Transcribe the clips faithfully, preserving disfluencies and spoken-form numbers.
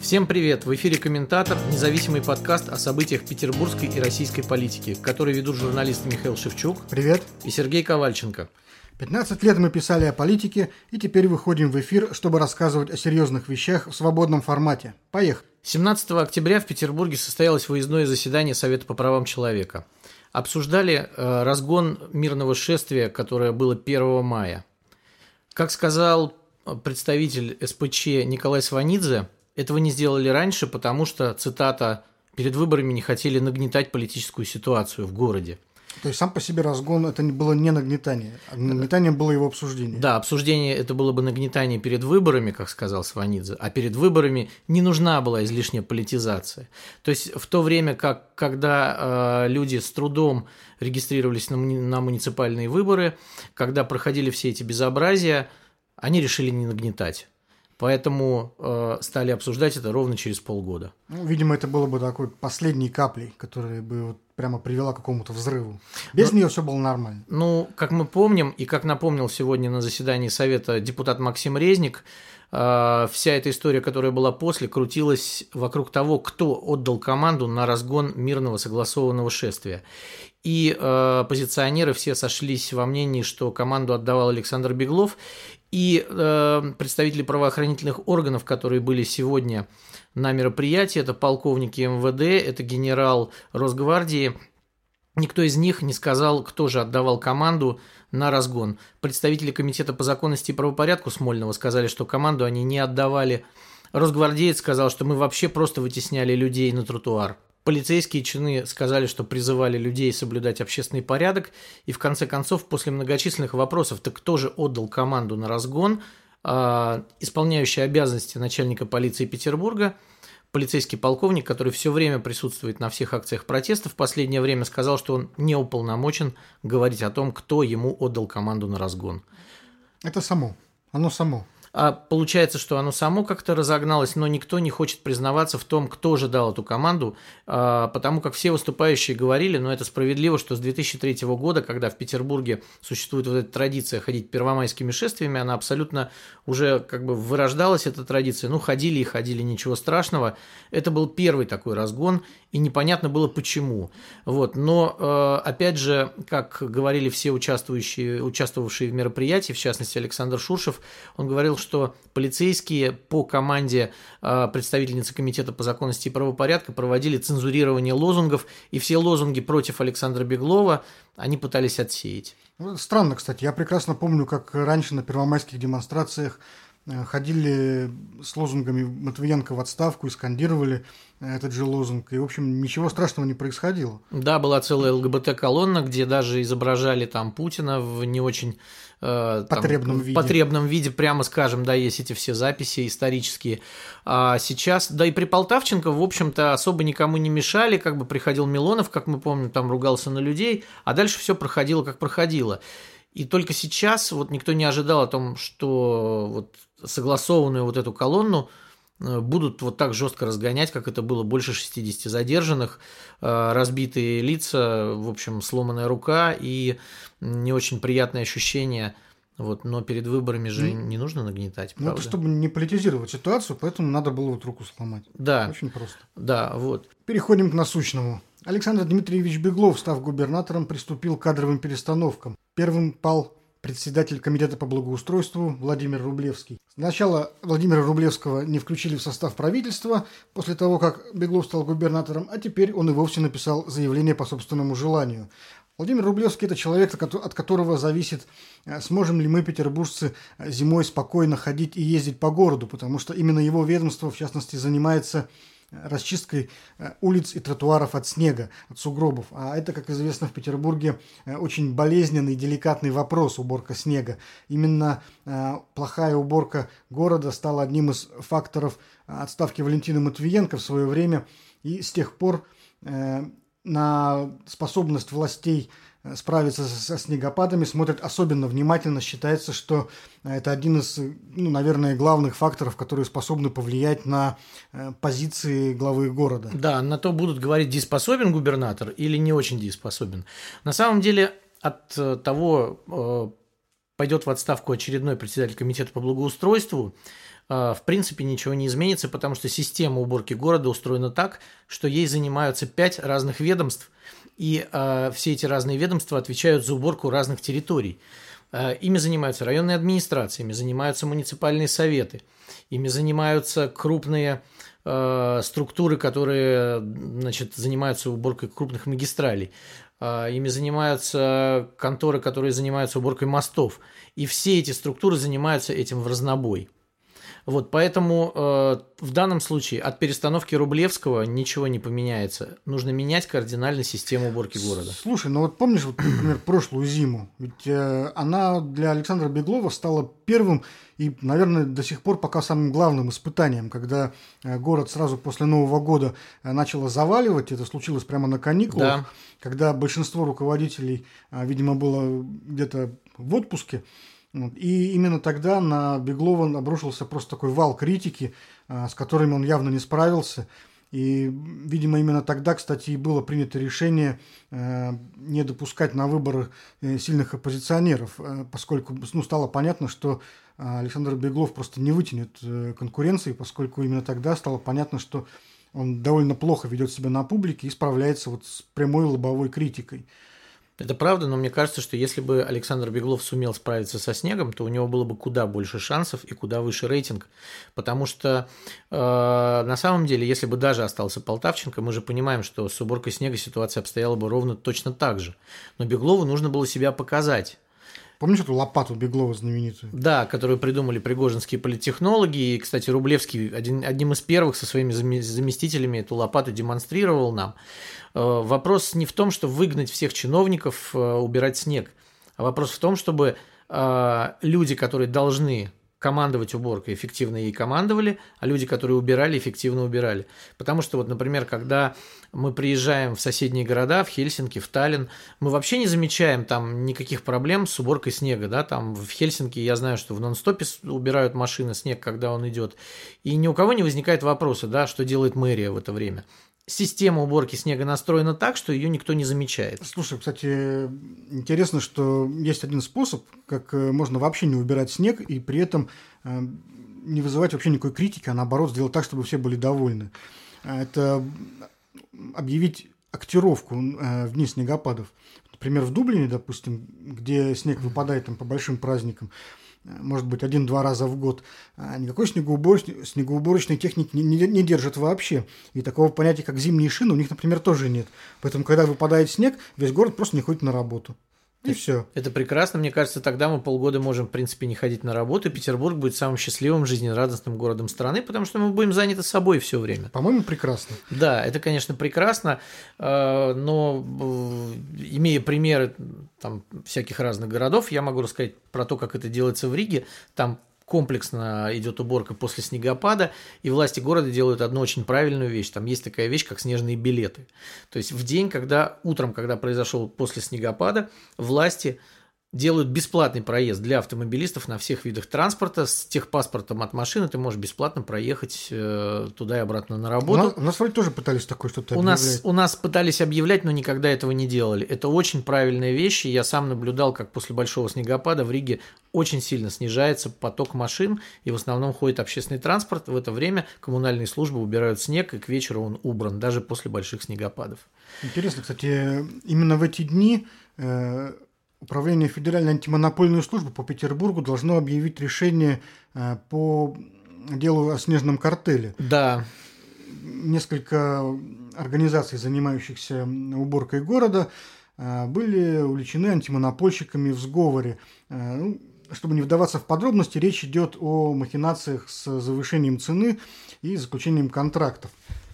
Всем привет! В эфире «Комментатор» – независимый подкаст о событиях петербургской и российской политики, который ведут журналисты Михаил Шевчук. Привет! И Сергей Ковальченко. пятнадцать лет мы писали о политике, и теперь выходим в эфир, чтобы рассказывать о серьезных вещах в свободном формате. Поехали! семнадцатого октября в Петербурге состоялось выездное заседание Совета по правам человека. Обсуждали э, разгон мирного шествия, которое было первого мая. Как сказал представитель эс пэ че Николай Сванидзе, этого не сделали раньше, потому что, цитата, «перед выборами не хотели нагнетать политическую ситуацию в городе». То есть сам по себе разгон – это было не нагнетание, а нагнетание было его обсуждение. Да, обсуждение – это было бы нагнетание перед выборами, как сказал Сванидзе, а перед выборами не нужна была излишняя политизация. То есть в то время, как, когда э, люди с трудом регистрировались на, муни- на муниципальные выборы, когда проходили все эти безобразия, они решили не нагнетать. Поэтому э, стали обсуждать это ровно через полгода. Ну, видимо, это было бы такой последней каплей, которая бы вот прямо привела к какому-то взрыву. Без Но, нее все было нормально. Ну, как мы помним, и как напомнил сегодня на заседании Совета депутат Максим Резник, э, вся эта история, которая была после, крутилась вокруг того, кто отдал команду на разгон мирного согласованного шествия. И э, оппозиционеры все сошлись во мнении, что команду отдавал Александр Беглов. И э, представители правоохранительных органов, которые были сегодня на мероприятии, это полковники эм вэ дэ, это генерал Росгвардии, никто из них не сказал, кто же отдавал команду на разгон. Представители Комитета по законности и правопорядку Смольного сказали, что команду они не отдавали. Росгвардеец сказал, что мы вообще просто вытесняли людей на тротуар. Полицейские чины сказали, что призывали людей соблюдать общественный порядок, и в конце концов, после многочисленных вопросов, так кто же отдал команду на разгон, э, исполняющий обязанности начальника полиции Петербурга, полицейский полковник, который все время присутствует на всех акциях протеста, в последнее время сказал, что он не уполномочен говорить о том, кто ему отдал команду на разгон. Это само, оно само. А получается, что оно само как-то разогналось, но никто не хочет признаваться в том, кто же дал эту команду, потому как все выступающие говорили, но это справедливо, что с две тысячи третьего года, когда в Петербурге существует вот эта традиция ходить первомайскими шествиями, она абсолютно уже как бы вырождалась, эта традиция, ну ходили и ходили, ничего страшного, это был первый такой разгон, и непонятно было почему. Вот. Но, опять же, как говорили все участвующие, участвовавшие в мероприятии, в частности Александр Шуршев, он говорил, что полицейские по команде представительницы Комитета по законности и правопорядка проводили цензурирование лозунгов, и все лозунги против Александра Беглова они пытались отсеять. Странно, кстати. Я прекрасно помню, как раньше на первомайских демонстрациях ходили с лозунгами «Матвиенко в отставку» и скандировали этот же лозунг. И, в общем, ничего страшного не происходило. Да, была целая эл гэ бэ тэ-колонна, где даже изображали там Путина в не очень э, потребном, там, виде. потребном виде, прямо скажем, да, есть эти все записи исторические. А сейчас, да и при Полтавченко, в общем-то, особо никому не мешали, как бы приходил Милонов, как мы помним, там ругался на людей, а дальше все проходило, как проходило. И только сейчас вот никто не ожидал о том, что вот согласованную вот эту колонну будут вот так жестко разгонять, как это было, больше шестидесяти задержанных, разбитые лица, в общем, сломанная рука и не очень приятное ощущение. Вот, но перед выборами же mm. не нужно нагнетать, правда? Ну, это чтобы не политизировать ситуацию, поэтому надо было вот руку сломать. Да. Очень просто. Да, вот. Переходим к насущному. Александр Дмитриевич Беглов, став губернатором, приступил к кадровым перестановкам. Первым пал председатель Комитета по благоустройству Владимир Рублевский. Сначала Владимира Рублевского не включили в состав правительства после того, как Беглов стал губернатором, а теперь он и вовсе написал заявление по собственному желанию. Владимир Рублевский – это человек, от которого зависит, сможем ли мы, петербуржцы, зимой спокойно ходить и ездить по городу, потому что именно его ведомство, в частности, занимается расчисткой улиц и тротуаров от снега, от сугробов. А это, как известно, в Петербурге очень болезненный и деликатный вопрос – уборка снега. Именно плохая уборка города стала одним из факторов отставки Валентины Матвиенко в свое время, и с тех пор на способность властей справиться со снегопадами смотрят особенно внимательно. Считается, что это один из, ну, наверное, главных факторов, которые способны повлиять на позиции главы города. Да, на то будут говорить, дееспособен губернатор или не очень дееспособен. На самом деле от того, пойдет в отставку очередной председатель Комитета по благоустройству, в принципе ничего не изменится, потому что система уборки города устроена так, что ей занимаются пять разных ведомств, и все эти разные ведомства отвечают за уборку разных территорий. Ими занимаются районные администрации, ими занимаются муниципальные советы, ими занимаются крупные структуры, которые, значит, занимаются уборкой крупных магистралей. Ими занимаются конторы, которые занимаются уборкой мостов. И все эти структуры занимаются этим в разнобой. Вот, поэтому э, в данном случае от перестановки Рублевского ничего не поменяется. Нужно менять кардинально систему уборки города. Слушай, ну вот помнишь, вот, например, прошлую зиму? Ведь э, она для Александра Беглова стала первым и, наверное, до сих пор пока самым главным испытанием, когда э, город сразу после Нового года э, начало заваливать. Это случилось прямо на каникулах, да. Когда большинство руководителей, э, видимо, было где-то в отпуске. И именно тогда на Беглова обрушился просто такой вал критики, с которыми он явно не справился. И, видимо, именно тогда, кстати, и было принято решение не допускать на выборы сильных оппозиционеров, поскольку ну, стало понятно, что Александр Беглов просто не вытянет конкуренции, поскольку именно тогда стало понятно, что он довольно плохо ведет себя на публике и справляется вот с прямой лобовой критикой. Это правда, но мне кажется, что если бы Александр Беглов сумел справиться со снегом, то у него было бы куда больше шансов и куда выше рейтинг. Потому что э, на самом деле, если бы даже остался Полтавченко, мы же понимаем, что с уборкой снега ситуация обстояла бы ровно точно так же. Но Беглову нужно было себя показать. Помнишь эту лопату Беглова знаменитую? Да, которую придумали пригожинские политтехнологи. И, кстати, Рублевский один, одним из первых со своими заместителями эту лопату демонстрировал нам. Вопрос не в том, что выгнать всех чиновников убирать снег, а вопрос в том, чтобы люди, которые должны командовать уборкой, эффективно ей командовали, а люди, которые убирали, эффективно убирали. Потому что, вот, например, когда мы приезжаем в соседние города, в Хельсинки, в Таллин, мы вообще не замечаем там никаких проблем с уборкой снега. Да? Там в Хельсинки я знаю, что в нон-стопе убирают машины, снег, когда он идет. И ни у кого не возникает вопроса, да, что делает мэрия в это время. Система уборки снега настроена так, что ее никто не замечает. Слушай, кстати, интересно, что есть один способ, как можно вообще не убирать снег и при этом не вызывать вообще никакой критики, а наоборот сделать так, чтобы все были довольны. Это объявить актировку в дни снегопадов. Например, в Дублине, допустим, где снег выпадает там, по большим праздникам, может быть, один-два раза в год, никакой снегоуборочной, снегоуборочной техники не, не, не держат вообще. И такого понятия, как зимние шины, у них, например, тоже нет. Поэтому, когда выпадает снег, весь город просто не ходит на работу. И это, все. Это прекрасно. Мне кажется, тогда мы полгода можем, в принципе, не ходить на работу. Петербург будет самым счастливым, жизнерадостным городом страны, потому что мы будем заняты собой все время. По-моему, прекрасно. Да, это, конечно, прекрасно, но имея примеры там, всяких разных городов, я могу рассказать про то, как это делается в Риге. Там комплексно идет уборка после снегопада, и власти города делают одну очень правильную вещь. Там есть такая вещь, как снежные билеты. То есть в день, когда утром, когда произошел после снегопада, власти делают бесплатный проезд для автомобилистов на всех видах транспорта. С техпаспортом от машины ты можешь бесплатно проехать э, туда и обратно на работу. У нас, у нас вроде тоже пытались такое что-то у объявлять. нас, у нас пытались объявлять, но никогда этого не делали. Это очень правильная вещь, и я сам наблюдал, как после большого снегопада в Риге очень сильно снижается поток машин, и в основном ходит общественный транспорт. В это время коммунальные службы убирают снег, и к вечеру он убран, даже после больших снегопадов. Интересно, кстати, именно в эти дни э, Управление Федеральной антимонопольной службы по Петербургу должно объявить решение э, по делу о снежном картеле. Да. Несколько организаций, занимающихся уборкой города, э, были увлечены антимонопольщиками в сговоре. Э, ну, чтобы не вдаваться в подробности, речь идет о махинациях с завышением цены и заключением контрактов.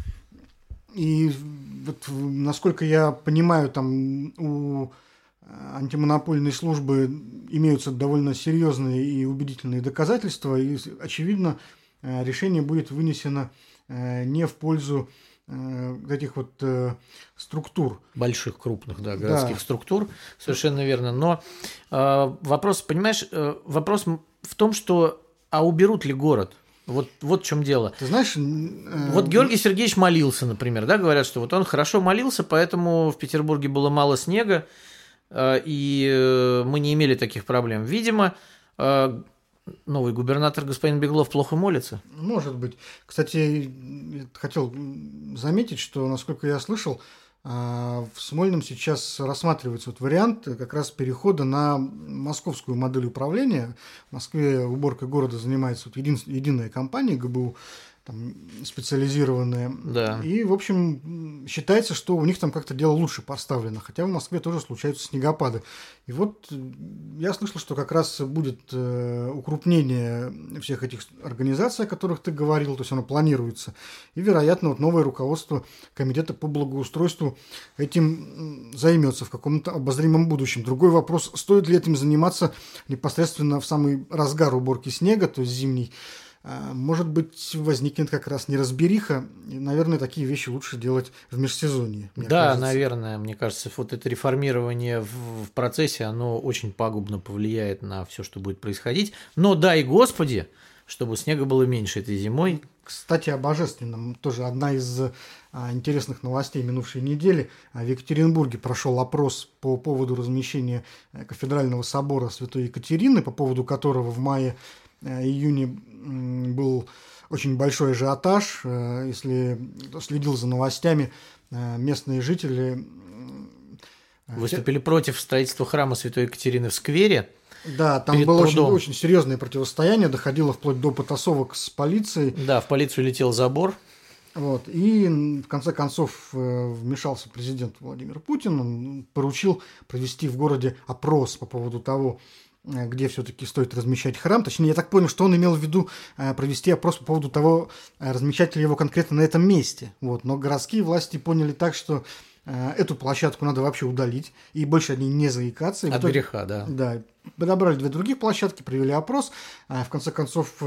И вот, насколько я понимаю, там у антимонопольной службы имеются довольно серьезные и убедительные доказательства, и, очевидно, решение будет вынесено не в пользу этих вот структур. Больших, крупных, да, городских да. структур. Совершенно верно. Но э, вопрос, понимаешь, э, вопрос в том, что а уберут ли город? Вот, вот в чем дело. Ты знаешь, э... вот Георгий Сергеевич молился, например, да, говорят, что вот он хорошо молился, поэтому в Петербурге было мало снега, и мы не имели таких проблем. Видимо, новый губернатор господин Беглов плохо молится? Может быть. Кстати, хотел заметить, что, насколько я слышал, в Смольном сейчас рассматривается вот вариант как раз перехода на московскую модель управления. В Москве уборкой города занимается вот един, единая компания ГБУ, там, специализированная. Да. И, в общем, считается, что у них там как-то дело лучше поставлено. Хотя в Москве тоже случаются снегопады. И вот я слышал, что как раз будет э, укрупнение всех этих организаций, о которых ты говорил, то есть оно планируется. И, вероятно, вот новое руководство Комитета по благоустройству этим займется в каком-то обозримом будущем. Другой вопрос, стоит ли этим заниматься непосредственно в самый разгар уборки снега, то есть зимний. Может быть, возникнет как раз неразбериха, и, наверное, такие вещи лучше делать в межсезонье. Да, кажется. наверное, мне кажется, вот это реформирование в, в процессе, оно очень пагубно повлияет на все, что будет происходить. Но дай Господи, чтобы снега было меньше этой зимой. Кстати, о божественном. Тоже одна из а, интересных новостей минувшей недели. В Екатеринбурге прошел опрос по поводу размещения кафедрального собора Святой Екатерины, по поводу которого в мае-июне был очень большой ажиотаж. Если следил за новостями, местные жители выступили против строительства храма Святой Екатерины в сквере. Да, там было очень, очень серьезное противостояние, доходило вплоть до потасовок с полицией. Да, в полицию летел забор. Вот, и в конце концов вмешался президент Владимир Путин, он поручил провести в городе опрос по поводу того, где все-таки стоит размещать храм. Точнее, я так понял, что он имел в виду провести опрос по поводу того, размещать ли его конкретно на этом месте. Вот. Но городские власти поняли так, что эту площадку надо вообще удалить и больше о ней не заикаться. И От итоге, греха, да. Да. Подобрали две других площадки, провели опрос. В конце концов,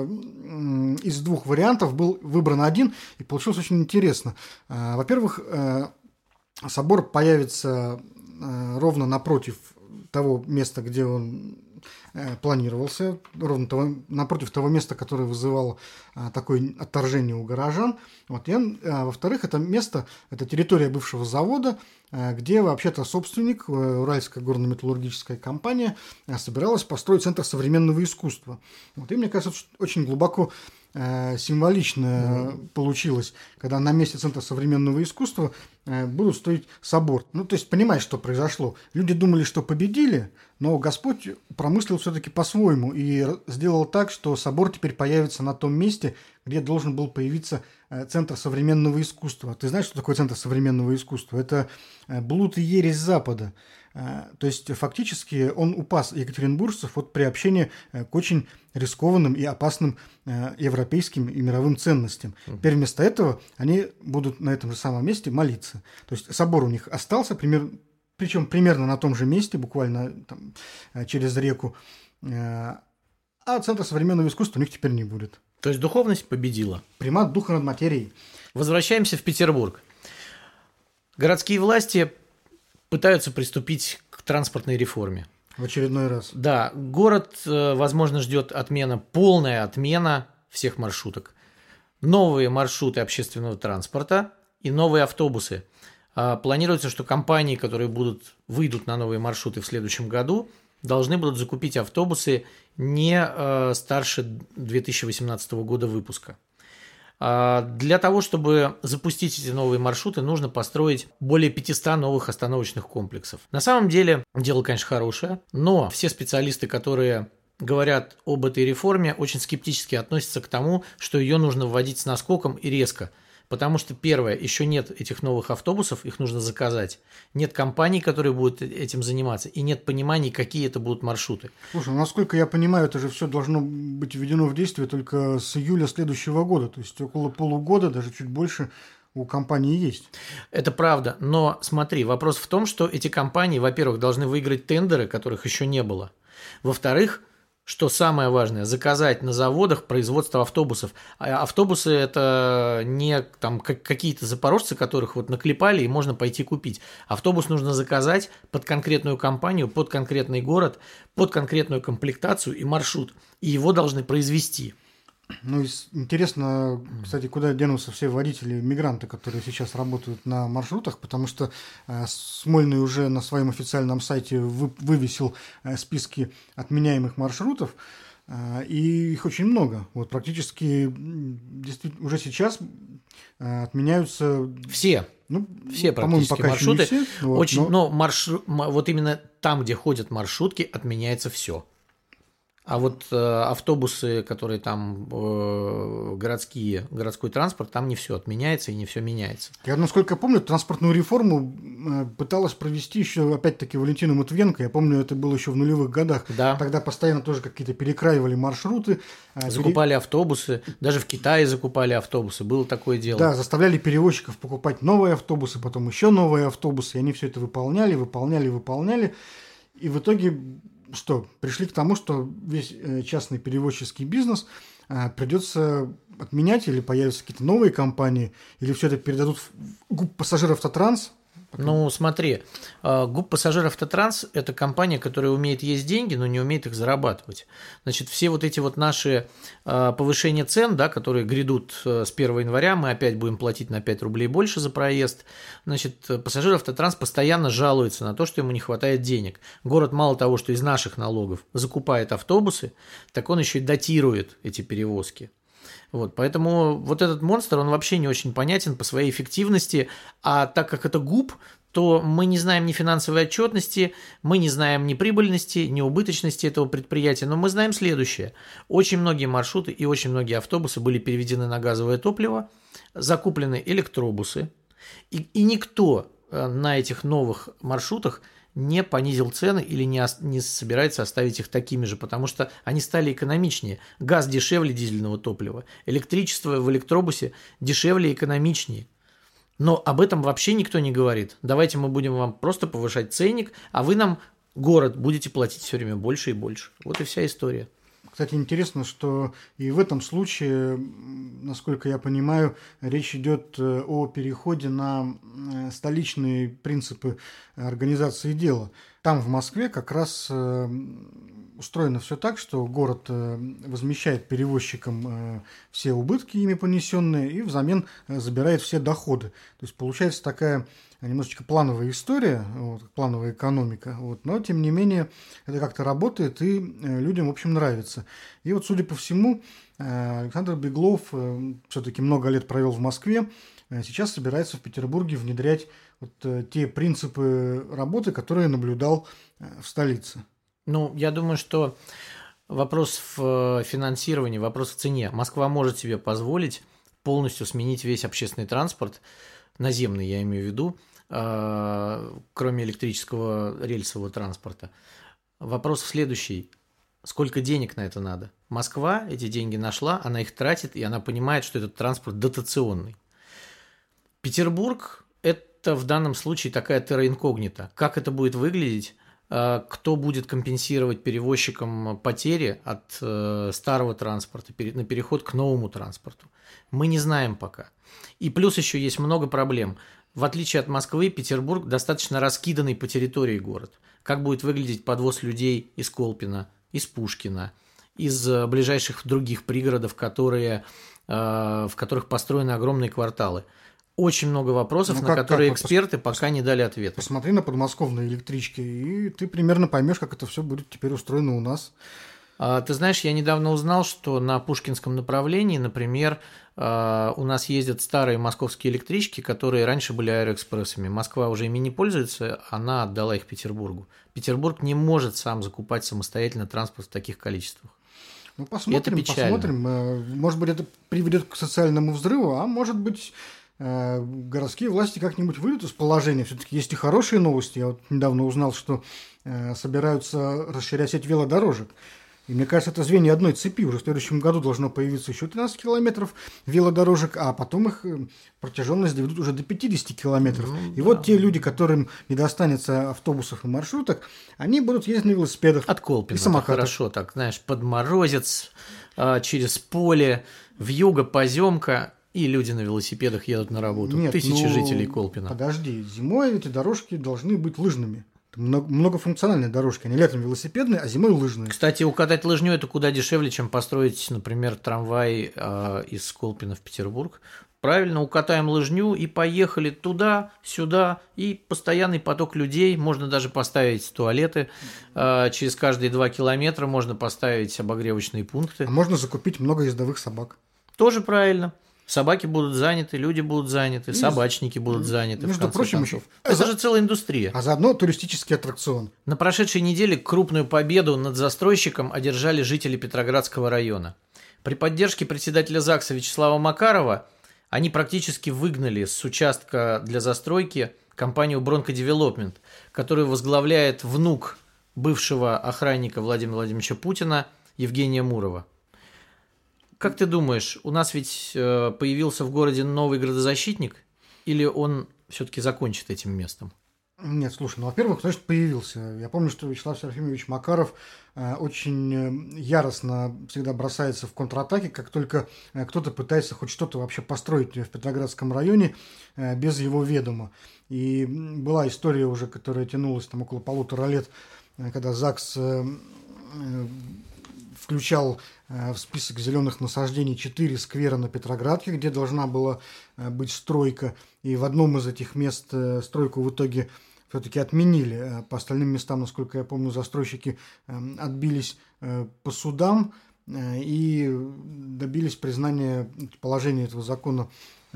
из двух вариантов был выбран один, и получилось очень интересно. Во-первых, собор появится ровно напротив того места, где он планировался, ровно того, напротив того места, которое вызывало а, такое отторжение у горожан. Вот. И, а, во-вторых, это место, это территория бывшего завода, а, где вообще-то собственник, Уральская горно-металлургическая компания, а, собиралась построить центр современного искусства. Вот. И мне кажется, очень глубоко а, символично mm-hmm. получилось, когда на месте центра современного искусства а, будут строить собор. Ну, то есть, понимаешь, что произошло. Люди думали, что победили, но Господь промыслил все-таки по-своему и сделал так, что собор теперь появится на том месте, где должен был появиться Центр современного искусства. Ты знаешь, что такое Центр современного искусства? Это блуд и ересь Запада. То есть, фактически, он упас екатеринбуржцев от приобщения к очень рискованным и опасным европейским и мировым ценностям. Теперь вместо этого они будут на этом же самом месте молиться. То есть, собор у них остался, примерно, причем примерно на том же месте, буквально там, через реку. А Центра современного искусства у них теперь не будет. То есть духовность победила. Примат духа над материей. Возвращаемся в Петербург. Городские власти пытаются приступить к транспортной реформе. В очередной раз. Да, город, возможно, ждет отмена, полная отмена всех маршруток. Новые маршруты общественного транспорта и новые автобусы. Планируется, что компании, которые будут, выйдут на новые маршруты в следующем году, должны будут закупить автобусы не э, старше две тысячи восемнадцатого года выпуска. А для того, чтобы запустить эти новые маршруты, нужно построить более пятисот новых остановочных комплексов. На самом деле, дело, конечно, хорошее, но все специалисты, которые говорят об этой реформе, очень скептически относятся к тому, что ее нужно вводить с наскоком и резко. Потому что, первое, еще нет этих новых автобусов, их нужно заказать. Нет компаний, которые будут этим заниматься, и нет понимания, какие это будут маршруты. Слушай, ну, насколько я понимаю, это же все должно быть введено в действие только с июля следующего года. То есть около полугода, даже чуть больше, у компании есть. Это правда, но смотри, вопрос в том, что эти компании, во-первых, должны выиграть тендеры, которых еще не было. Во-вторых, что самое важное, заказать на заводах производство автобусов. А автобусы – это не там, какие-то запорожцы, которых вот наклепали и можно пойти купить. Автобус нужно заказать под конкретную компанию, под конкретный город, под конкретную комплектацию и маршрут. И его должны произвести. Ну, интересно, кстати, куда денутся все водители-мигранты, которые сейчас работают на маршрутах, потому что э, Смольный уже на своем официальном сайте вы, вывесил э, списки отменяемых маршрутов. И их очень много. Вот практически действительно уже сейчас отменяются все. Ну, все практически пока маршруты. Все, вот, очень, но... но маршрут, вот именно там, где ходят маршрутки, отменяется все. А вот э, автобусы, которые там э, городские, городской транспорт, там не все отменяется и не все меняется. Я, насколько помню, транспортную реформу э, пыталась провести еще, опять-таки, Валентина Матвиенко. Я помню, это было еще в нулевых годах. Да. Тогда постоянно тоже какие-то перекраивали маршруты. Закупали пере... автобусы. Даже в Китае закупали автобусы. Было такое дело. Да, заставляли перевозчиков покупать новые автобусы, потом еще новые автобусы. И они все это выполняли, выполняли, выполняли. И в итоге... Что? Пришли к тому, что весь частный перевозческий бизнес а, придется отменять, или появятся какие-то новые компании, или все это передадут в ГУП «Пассажиравтотранс». Ну, смотри, ГУП «Пассажиравтотранс» – это компания, которая умеет есть деньги, но не умеет их зарабатывать. Значит, все вот эти вот наши повышения цен, да, которые грядут с первого января, мы опять будем платить на пять рублей больше за проезд. Значит, «Пассажиравтотранс» постоянно жалуется на то, что ему не хватает денег. Город мало того, что из наших налогов закупает автобусы, так он еще и датирует эти перевозки. Вот, поэтому вот этот монстр, он вообще не очень понятен по своей эффективности, а так как это ГУП, то мы не знаем ни финансовой отчетности, мы не знаем ни прибыльности, ни убыточности этого предприятия, но мы знаем следующее. Очень многие маршруты и очень многие автобусы были переведены на газовое топливо, закуплены электробусы, и, и никто на этих новых маршрутах не понизил цены или не, не собирается оставить их такими же, потому что они стали экономичнее. Газ дешевле дизельного топлива, электричество в электробусе дешевле и экономичнее. Но об этом вообще никто не говорит. Давайте мы будем вам просто повышать ценник, а вы нам, город, будете платить все время больше и больше. Вот и вся история. Кстати, интересно, что и в этом случае, насколько я понимаю, речь идет о переходе на столичные принципы организации дела. Там, в Москве, как раз устроено все так, что город возмещает перевозчикам все убытки, ими понесенные, и взамен забирает все доходы. То есть получается такая немножечко плановая история, вот, плановая экономика, вот, но тем не менее это как-то работает и людям, в общем, нравится. И вот, судя по всему, Александр Беглов все-таки много лет провел в Москве, сейчас собирается в Петербурге внедрять вот те принципы работы, которые наблюдал в столице. Ну, я думаю, что вопрос в финансировании, вопрос в цене. Москва может себе позволить полностью сменить весь общественный транспорт, наземный, я имею в виду, кроме электрического рельсового транспорта. Вопрос в следующий. Сколько денег на это надо? Москва эти деньги нашла, она их тратит, и она понимает, что этот транспорт дотационный. Петербург – это в данном случае такая терра инкогнита. Как это будет выглядеть? Кто будет компенсировать перевозчикам потери от старого транспорта на переход к новому транспорту? Мы не знаем пока. И плюс еще есть много проблем. В отличие от Москвы, Петербург достаточно раскиданный по территории город. Как будет выглядеть подвоз людей из Колпина, из Пушкина, из ближайших других пригородов, которые, в которых построены огромные кварталы? Очень много вопросов, ну, как, на которые как, эксперты пос... пока не дали ответа. Посмотри на подмосковные электрички, и ты примерно поймешь, как это все будет теперь устроено у нас. А, ты знаешь, я недавно узнал, что на Пушкинском направлении, например, а, у нас ездят старые московские электрички, которые раньше были аэроэкспрессами. Москва уже ими не пользуется, она отдала их Петербургу. Петербург не может сам закупать самостоятельно транспорт в таких количествах. Ну, посмотрим, посмотрим. Может быть, это приведет к социальному взрыву, а может быть... городские власти как-нибудь выйдут из положения. Все-таки есть и хорошие новости. Я вот недавно узнал, что э, собираются расширять сеть велодорожек. И мне кажется, это звенья одной цепи. Уже в следующем году должно появиться еще тринадцать километров велодорожек, а потом их протяженность доведут уже до пятьдесят километров. Ну, и да. Вот те люди, которым не достанется автобусов и маршруток, они будут ездить на велосипедах. От Колпина. И самокатах. Хорошо, так, знаешь, под морозец, через поле, вьюга, поземка. И люди на велосипедах едут на работу. Нет, Тысячи ну, жителей Колпина. Подожди, зимой эти дорожки должны быть лыжными. Это многофункциональные дорожки. Они летом велосипедные, а зимой лыжные. Кстати, укатать лыжню – это куда дешевле, чем построить, например, трамвай э, из Колпина в Петербург. Правильно, укатаем лыжню и поехали туда, сюда, и постоянный поток людей. Можно даже поставить туалеты э, через каждые два километра, можно поставить обогревочные пункты. А можно закупить много ездовых собак. Тоже правильно. Собаки будут заняты, люди будут заняты, и собачники будут заняты. Между прочим, концов. еще... Это за... же целая индустрия. А заодно туристический аттракцион. На прошедшей неделе крупную победу над застройщиком одержали жители Петроградского района. При поддержке председателя ЗАГСа Вячеслава Макарова они практически выгнали с участка для застройки компанию Бронко Девелопмент, которую возглавляет внук бывшего охранника Владимира Владимировича Путина Евгения Мурова. Как ты думаешь, у нас ведь появился в городе новый градозащитник, или он все-таки закончит этим местом? Нет, слушай, ну, во-первых, значит, появился. Я помню, что Вячеслав Серафимович Макаров э, очень яростно всегда бросается в контратаке, как только э, кто-то пытается хоть что-то вообще построить в Петроградском районе э, без его ведома. И была история уже, которая тянулась там около полутора лет, э, когда ЗАГС э, э, включал в список зеленых насаждений четыре сквера на Петроградке, где должна была быть стройка. И в одном из этих мест стройку в итоге все-таки отменили. По остальным местам, насколько я помню, застройщики отбились по судам и добились признания положения этого закона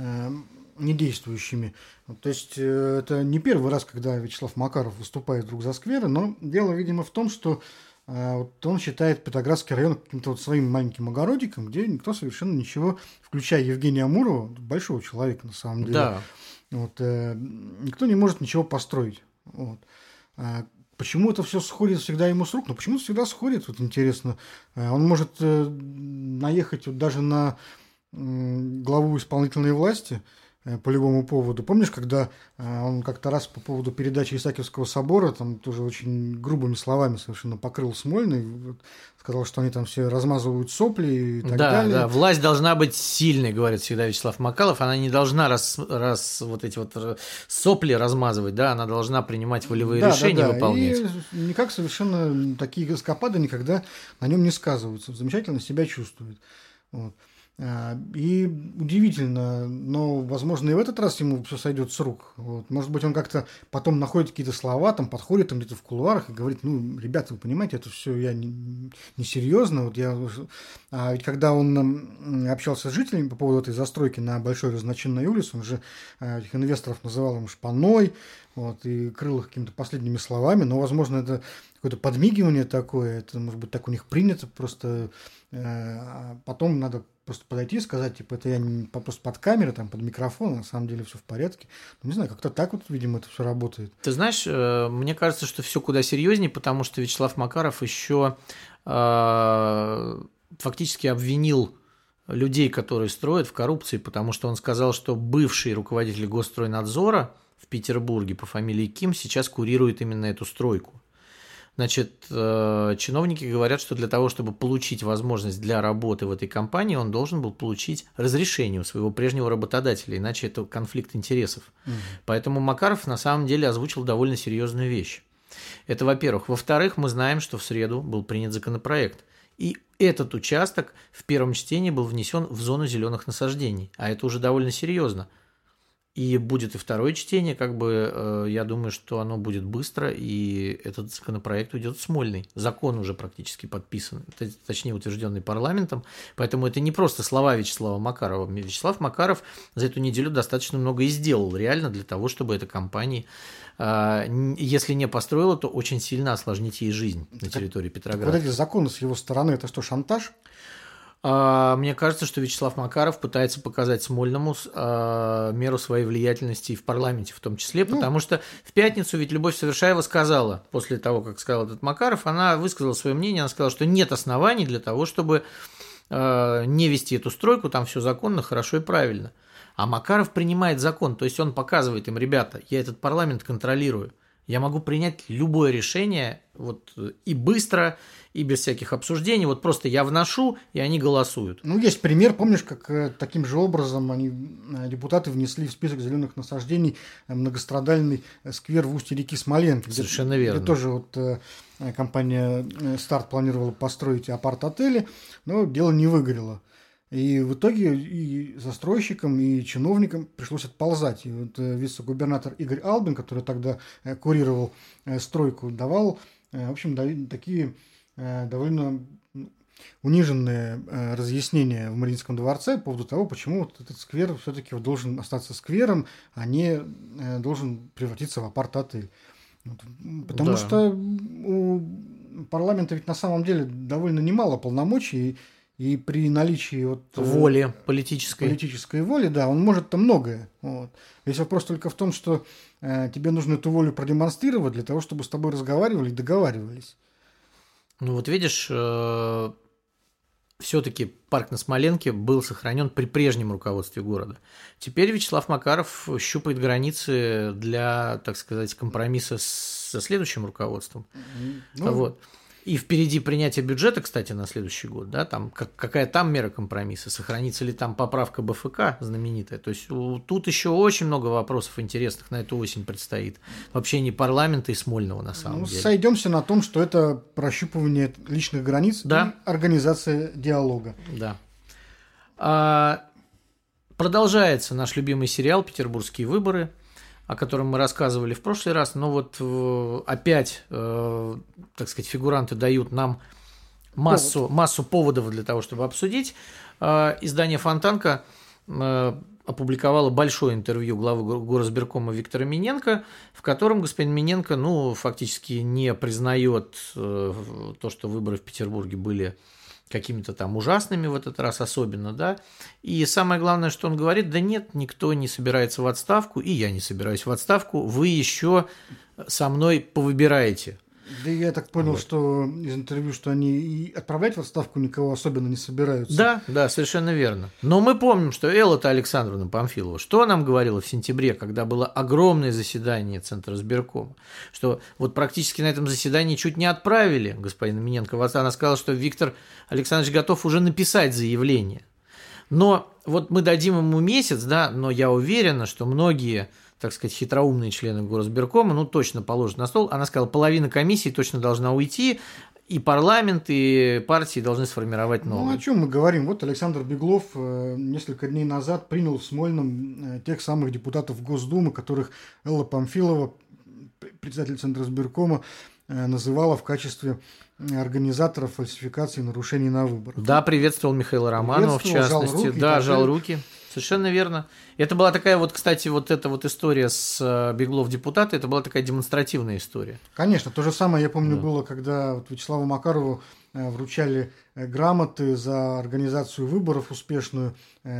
недействующими. То есть это не первый раз, когда Вячеслав Макаров выступает вдруг за скверы, но дело, видимо, в том, что вот он считает Петроградский район каким-то вот своим маленьким огородиком, где никто совершенно ничего, включая Евгения Амурова, большого человека на самом деле, да. вот, э, никто не может ничего построить. Вот. А почему это все сходит всегда ему с рук? Ну, почему это всегда сходит, вот интересно. Он может э, наехать вот даже на э, главу исполнительной власти по любому поводу. Помнишь, когда э, он как-то раз по поводу передачи Исаакиевского собора, там тоже очень грубыми словами совершенно покрыл Смольный, вот, сказал, что они там все размазывают сопли и так да, далее. Да, власть должна быть сильной, говорит всегда Вячеслав Макалов, она не должна раз, раз вот эти вот сопли размазывать, да, она должна принимать волевые да, решения, да, да. выполнять. И никак совершенно такие эскапады никогда на нем не сказываются, замечательно себя чувствует. Вот. И удивительно, но, возможно, и в этот раз ему все сойдет с рук. Вот. Может быть, он как-то потом находит какие-то слова, там подходит там где-то в кулуарах и говорит: ну, ребята, вы понимаете, это все я не, не серьезно. Вот я... А ведь когда он общался с жителями по поводу этой застройки на Большой Разночинной улице, он же этих инвесторов называл им шпаной, вот, и крыл их какими-то последними словами, но, возможно, это какое-то подмигивание такое, это, может быть, так у них принято, просто а потом надо просто подойти и сказать, типа, это я не, просто под камерой, там, под микрофон, на самом деле все в порядке. Ну, не знаю, как-то так вот, видимо, это все работает. Ты знаешь, мне кажется, что все куда серьезнее, потому что Вячеслав Макаров еще э, фактически обвинил людей, которые строят, в коррупции, потому что он сказал, что бывший руководитель Госстройнадзора в Петербурге по фамилии Ким сейчас курирует именно эту стройку. Значит, чиновники говорят, что для того, чтобы получить возможность для работы в этой компании, он должен был получить разрешение у своего прежнего работодателя, иначе это конфликт интересов. Угу. Поэтому Макаров на самом деле озвучил довольно серьезную вещь. Это, во-первых. Во-вторых, мы знаем, что в среду был принят законопроект. И этот участок в первом чтении был внесен в зону зеленых насаждений. А это уже довольно серьезно. И будет и второе чтение, как бы, э, я думаю, что оно будет быстро, и этот законопроект уйдет в Смольный. Закон уже практически подписан, точнее утвержденный парламентом, поэтому это не просто слова Вячеслава Макарова. Вячеслав Макаров за эту неделю достаточно много и сделал, реально, для того, чтобы эта компания, э, если не построила, то очень сильно осложнить ей жизнь на территории Петрограда. Вот эти законы с его стороны, это что, шантаж? Мне кажется, что Вячеслав Макаров пытается показать Смольному меру своей влиятельности и в парламенте в том числе, потому ну, что в пятницу ведь Любовь Совершаева сказала, после того, как сказал этот Макаров, она высказала свое мнение, она сказала, что нет оснований для того, чтобы не вести эту стройку, там все законно, хорошо и правильно. А Макаров принимает закон, то есть он показывает им: ребята, я этот парламент контролирую. Я могу принять любое решение вот, и быстро, и без всяких обсуждений. Вот просто я вношу, и они голосуют. Ну, есть пример. Помнишь, как э, таким же образом они, э, депутаты внесли в список зеленых насаждений э, многострадальный сквер в устье реки Смоленки. Совершенно где, верно. Где тоже вот, э, компания «Старт» планировала построить апарт-отели, но дело не выгорело. И в итоге и застройщикам, и чиновникам пришлось отползать. И вот вице-губернатор Игорь Албин, который тогда курировал стройку, давал, в общем, такие довольно униженные разъяснения в Мариинском дворце по поводу того, почему вот этот сквер все-таки должен остаться сквером, а не должен превратиться в апарт-отель. Потому да. что у парламента ведь на самом деле довольно немало полномочий, и при наличии вот воли политической. политической воли, да, он может там многое. Вот. Весь вопрос только в том, что э, тебе нужно эту волю продемонстрировать для того, чтобы с тобой разговаривали и договаривались. Ну вот видишь, э, все-таки парк на Смоленке был сохранен при прежнем руководстве города. Теперь Вячеслав Макаров щупает границы для, так сказать, компромисса со следующим руководством. Ну, вот. И впереди принятие бюджета, кстати, на следующий год, да, там как, какая там мера компромисса, сохранится ли там поправка Бэ Эф Ка знаменитая. То есть у, тут еще очень много вопросов интересных на эту осень предстоит. В общении парламента и Смольного на самом ну, деле. Сойдемся на том, что это прощупывание личных границ да. и организация диалога. Да. А, продолжается наш любимый сериал «Петербургские выборы», о котором мы рассказывали в прошлый раз, но вот э, опять, э, так сказать, фигуранты дают нам массу, Повод. массу поводов для того, чтобы обсудить. Э, издание «Фонтанка» э, опубликовало большое интервью главы горосберкома Виктора Миненко, в котором господин Миненко, ну, фактически не признает э, то, что выборы в Петербурге были какими-то там ужасными в этот раз особенно, да, и самое главное, что он говорит, да нет, никто не собирается в отставку, и я не собираюсь в отставку, вы еще со мной повыбираете. Да я так понял, вот. что из интервью, что они и отправлять в отставку никого особенно не собираются. Да, да, совершенно верно. Но мы помним, что Элла-то Александровна Памфилова, что нам говорила в сентябре, когда было огромное заседание Центра избиркома, что вот практически на этом заседании чуть не отправили господина Миненко в отставку. Она сказала, что Виктор Александрович готов уже написать заявление. Но вот мы дадим ему месяц, да, но я уверена, что многие, так сказать, хитроумные члены горосберкома, ну, точно положат на стол. Она сказала, половина комиссии точно должна уйти, и парламент, и партии должны сформировать новую. Ну, о чем мы говорим? Вот Александр Беглов э, несколько дней назад принял в Смольном э, тех самых депутатов Госдумы, которых Элла Памфилова, председатель Центра избиркома, э, называла в качестве организаторов фальсификации и нарушений на выборах. Да, приветствовал Михаила Романова, в частности. Жал руки, да, жал руки. Совершенно верно. Это была такая вот, кстати, вот эта вот история с Беглов депутата, это была такая демонстративная история. Конечно, то же самое, я помню, да. было, когда вот Вячеславу Макарову вручали грамоты за организацию выборов успешную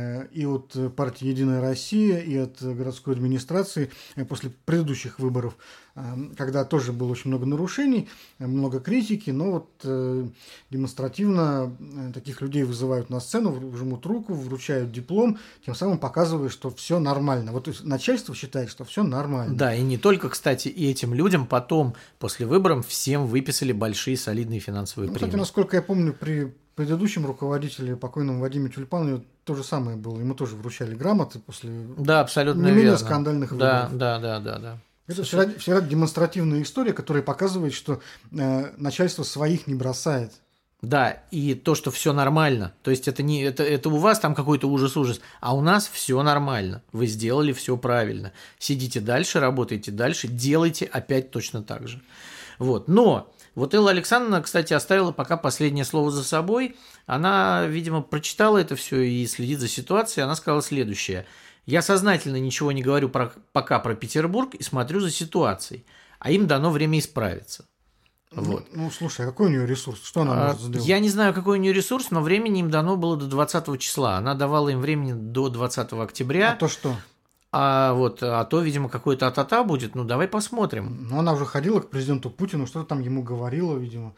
и от партии «Единая Россия», и от городской администрации после предыдущих выборов, когда тоже было очень много нарушений, много критики, но вот демонстративно таких людей вызывают на сцену, жмут руку, вручают диплом, тем самым показывая, что все нормально. Вот начальство считает, что все нормально. Да, и не только, кстати, и этим людям потом, после выборов, всем выписали большие солидные финансовые ну, премии. Кстати, насколько я помню, при предыдущем руководителе, покойном Вадиме Тюльпанове, то же самое было. Ему тоже вручали грамоты после да, абсолютно не менее верно. скандальных да, выборов. Да, да, да, да. Это всегда, всегда демонстративная история, которая показывает, что э, начальство своих не бросает. Да, и то, что все нормально. То есть это не это, это у вас там какой-то ужас-ужас, а у нас все нормально. Вы сделали все правильно. Сидите дальше, работайте дальше, делайте опять точно так же. Вот. Но вот Элла Александровна, кстати, оставила пока последнее слово за собой. Она, видимо, прочитала это все и следит за ситуацией. Она сказала следующее. Я сознательно ничего не говорю про, пока про Петербург и смотрю за ситуацией, а им дано время исправиться. Вот. Ну, ну, слушай, а какой у нее ресурс? Что она может сделать? Я не знаю, какой у нее ресурс, но времени им дано было до двадцатого числа. Она давала им времени до двадцатого октября. А то что? А, вот, а то, видимо, какой-то а-та-та будет. Ну, давай посмотрим. Ну, она уже ходила к президенту Путину, что-то там ему говорила, видимо.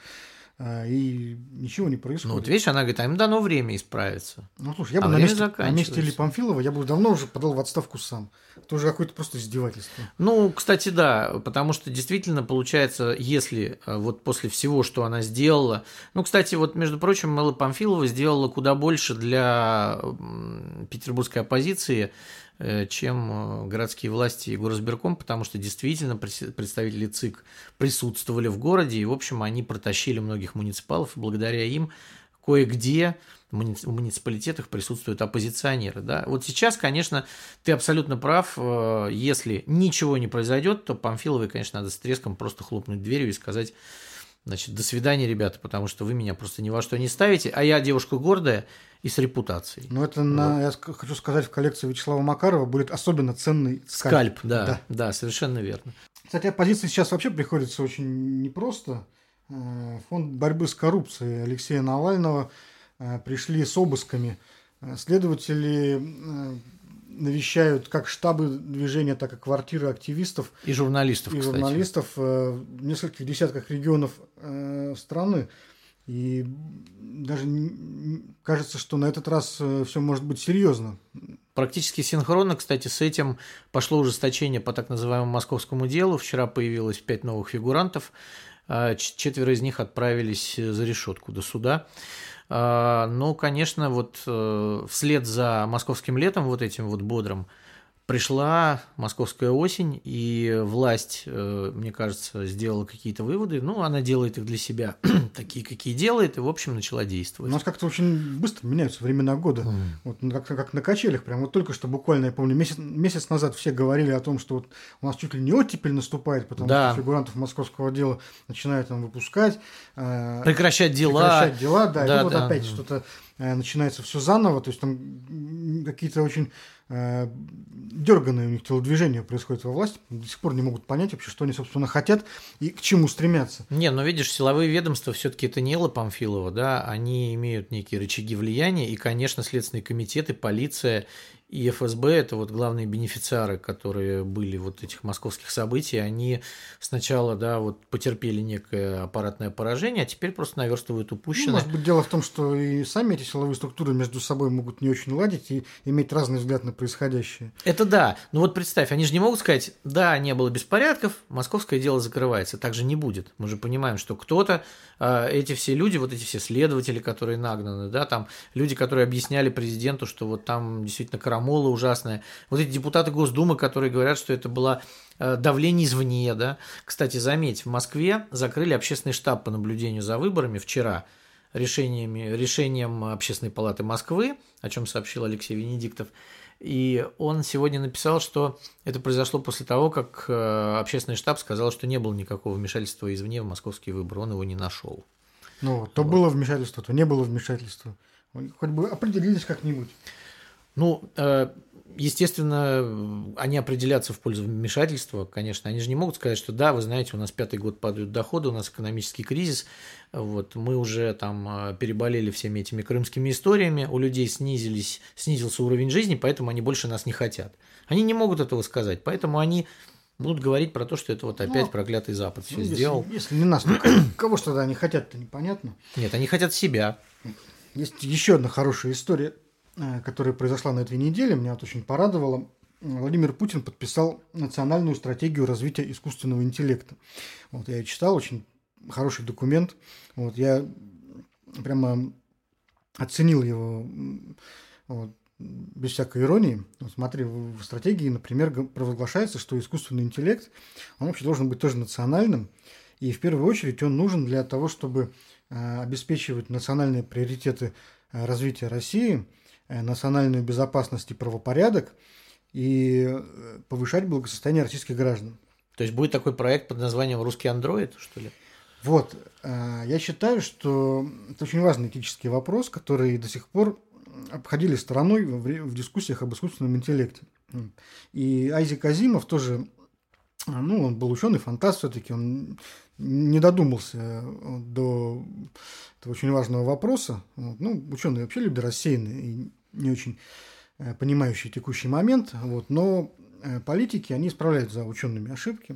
И ничего не происходит. Ну, вот видишь, она говорит, а им дано время исправиться. Ну, слушай, я а бы на месте, на месте Ильи Памфилова, я бы давно уже подал в отставку сам. Это уже какое-то просто издевательство. Ну, кстати, да, потому что действительно получается, если вот после всего, что она сделала... Ну, кстати, вот, между прочим, Элла Памфилова сделала куда больше для петербургской оппозиции, чем городские власти и горосберком, потому что действительно представители ЦИК присутствовали в городе, и, в общем, они протащили многих муниципалов, и благодаря им кое-где в муниципалитетах присутствуют оппозиционеры. Да? Вот сейчас, конечно, ты абсолютно прав. Если ничего не произойдет, то Памфиловой, конечно, надо с треском просто хлопнуть дверью и сказать: значит, до свидания, ребята, потому что вы меня просто ни во что не ставите, а я девушка гордая и с репутацией. Ну, это, на, вот. Я хочу сказать, в коллекции Вячеслава Макарова будет особенно ценный скальп. Скальп, да, да, да, совершенно верно. Кстати, оппозиции сейчас вообще приходится очень непросто. Фонд борьбы с коррупцией Алексея Навального пришли с обысками. Следователи навещают как штабы движения, так и квартиры активистов. И журналистов, и кстати. журналистов в нескольких десятках регионов страны. И даже кажется, что на этот раз все может быть серьезно. Практически синхронно, кстати, с этим пошло ужесточение по так называемому московскому делу. Вчера появилось пять новых фигурантов. Четверо из них отправились за решетку до суда. Но, конечно, вот вслед за московским летом, вот этим вот бодрым, пришла московская осень, и власть, мне кажется, сделала какие-то выводы. Ну, она делает их для себя такие, какие делает, и, в общем, начала действовать. У нас как-то очень быстро меняются времена года. Mm. Вот, как, как на качелях. Прям вот только что буквально, я помню, месяц, месяц назад все говорили о том, что вот у нас чуть ли не оттепель наступает, потому да. что фигурантов московского дела начинают там выпускать. Прекращать дела. Прекращать дела, да. да и вот да. опять что-то начинается все заново. То есть там какие-то очень дерганые у них телодвижения происходят во власти, до сих пор не могут понять вообще, что они, собственно, хотят и к чему стремятся. Не, ну видишь, силовые ведомства все-таки это не Элла Памфилова, да, они имеют некие рычаги влияния, и, конечно, следственные комитеты, полиция и эф эс бэ, это вот главные бенефициары, которые были вот этих московских событий, они сначала, да, вот потерпели некое аппаратное поражение, а теперь просто наверстывают упущенное. Ну, может быть, дело в том, что и сами эти силовые структуры между собой могут не очень ладить и иметь разный взгляд на происходящее. Это да, но вот представь, они же не могут сказать: да, не было беспорядков, московское дело закрывается. Так же не будет. Мы же понимаем, что кто-то, эти все люди, вот эти все следователи, которые нагнаны, да, там люди, которые объясняли президенту, что вот там действительно карамола ужасная, вот эти депутаты Госдумы, которые говорят, что это было давление извне, да. Кстати, заметь, в Москве закрыли общественный штаб по наблюдению за выборами вчера решениями, решением Общественной палаты Москвы, о чем сообщил Алексей Венедиктов. И он сегодня написал, что это произошло после того, как общественный штаб сказал, что не было никакого вмешательства извне в московские выборы, он его не нашел. Ну, то вот. Было вмешательство, то не было вмешательства. Хоть бы определились как-нибудь. Ну, естественно, они определятся в пользу вмешательства, конечно. Они же не могут сказать, что да, вы знаете, у нас пятый год падают доходы, у нас экономический кризис, вот, мы уже там переболели всеми этими крымскими историями, у людей снизились, снизился уровень жизни, поэтому они больше нас не хотят. Они не могут этого сказать, поэтому они будут говорить про то, что это вот опять ну, проклятый Запад все ну, сделал. Если, если не нас, то кого что тогда они хотят-то непонятно. Нет, они хотят себя. Есть еще одна хорошая история, которая произошла на этой неделе, меня вот очень порадовало. Владимир Путин подписал национальную стратегию развития искусственного интеллекта. Вот я ее читал, очень хороший документ. Вот я прямо оценил его вот, без всякой иронии. Вот смотри, в стратегии, например, провозглашается, что искусственный интеллект, он вообще должен быть тоже национальным. И в первую очередь он нужен для того, чтобы обеспечивать национальные приоритеты развития России, национальную безопасность и правопорядок и повышать благосостояние российских граждан. То есть будет такой проект под названием «Русский андроид», что ли? Вот. Я считаю, что это очень важный этический вопрос, который до сих пор обходили стороной в дискуссиях об искусственном интеллекте. И Айзек Азимов тоже, ну, он был ученый-фантаст все-таки, он не додумался до этого очень важного вопроса. Ну, ученые вообще люди рассеянные и не очень понимающие текущий момент, вот, но политики, они исправляют за учеными ошибки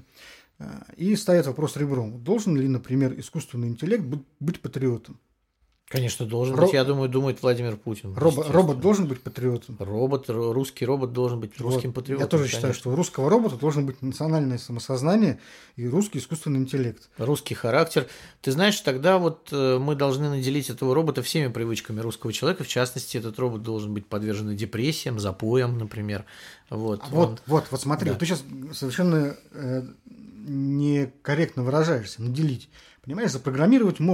и ставят вопрос ребром. Должен ли, например, искусственный интеллект быть, быть патриотом? Конечно, должен Ро... быть, я думаю, думает Владимир Путин. Робот, робот должен быть патриотом? Робот, русский робот должен быть русским вот. патриотом. Я тоже конечно. считаю, что у русского робота должен быть национальное самосознание и русский искусственный интеллект. Русский характер. Ты знаешь, тогда вот мы должны наделить этого робота всеми привычками русского человека. В частности, этот робот должен быть подвержен депрессиям, запоям, например. Вот, а вот, вот, вот смотри, да. вот ты сейчас совершенно э, некорректно выражаешься. Наделить. Понимаешь, запрограммировать можно.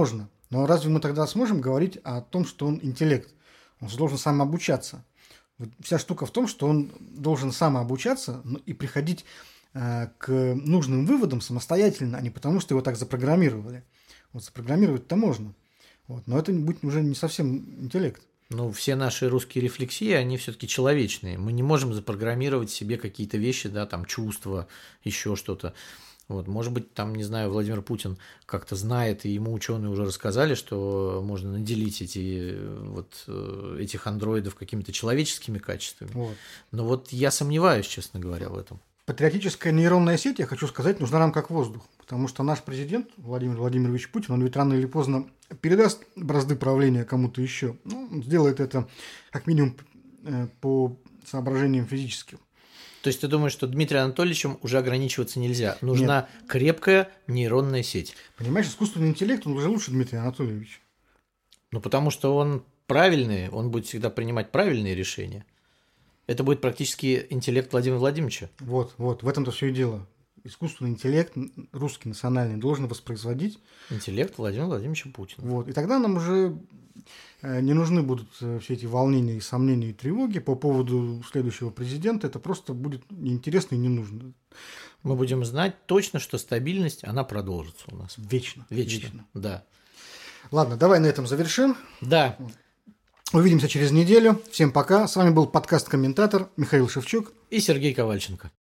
Но разве мы тогда сможем говорить о том, что он интеллект? Он же должен самообучаться. Вот вся штука в том, что он должен самообучаться и приходить э, к нужным выводам самостоятельно, а не потому, что его так запрограммировали. Вот запрограммировать-то можно. Вот, но это будет уже не совсем интеллект. Ну, все наши русские рефлексии, они все-таки человечные. Мы не можем запрограммировать себе какие-то вещи, да, там, чувства, еще что-то. Вот, может быть, там, не знаю, Владимир Путин как-то знает, и ему ученые уже рассказали, что можно наделить эти, вот, этих андроидов какими-то человеческими качествами. Вот. Но вот я сомневаюсь, честно говоря, в этом. Патриотическая нейронная сеть, я хочу сказать, нужна нам как воздух. Потому что наш президент Владимир Владимирович Путин, он ведь рано или поздно передаст бразды правления кому-то еще. Ну, он сделает это как минимум по соображениям физическим. То есть ты думаешь, что Дмитрием Анатольевичем уже ограничиваться нельзя? Нужна Нет. крепкая нейронная сеть. Понимаешь, искусственный интеллект, он уже лучше Дмитрия Анатольевича. Ну, потому что он правильный, он будет всегда принимать правильные решения. Это будет практически интеллект Владимира Владимировича. Вот, вот, в этом-то все и дело. Искусственный интеллект, русский национальный, должен воспроизводить интеллект Владимира Владимировича Путина. Вот. И тогда нам уже не нужны будут все эти волнения, и сомнения, и тревоги по поводу следующего президента. Это просто будет неинтересно и не нужно. Мы будем знать точно, что стабильность, она продолжится у нас. Вечно. Вечно, Вечно. Да. Ладно, давай на этом завершим. Да. Увидимся через неделю. Всем пока. С вами был подкаст-комментатор Михаил Шевчук и Сергей Ковальченко.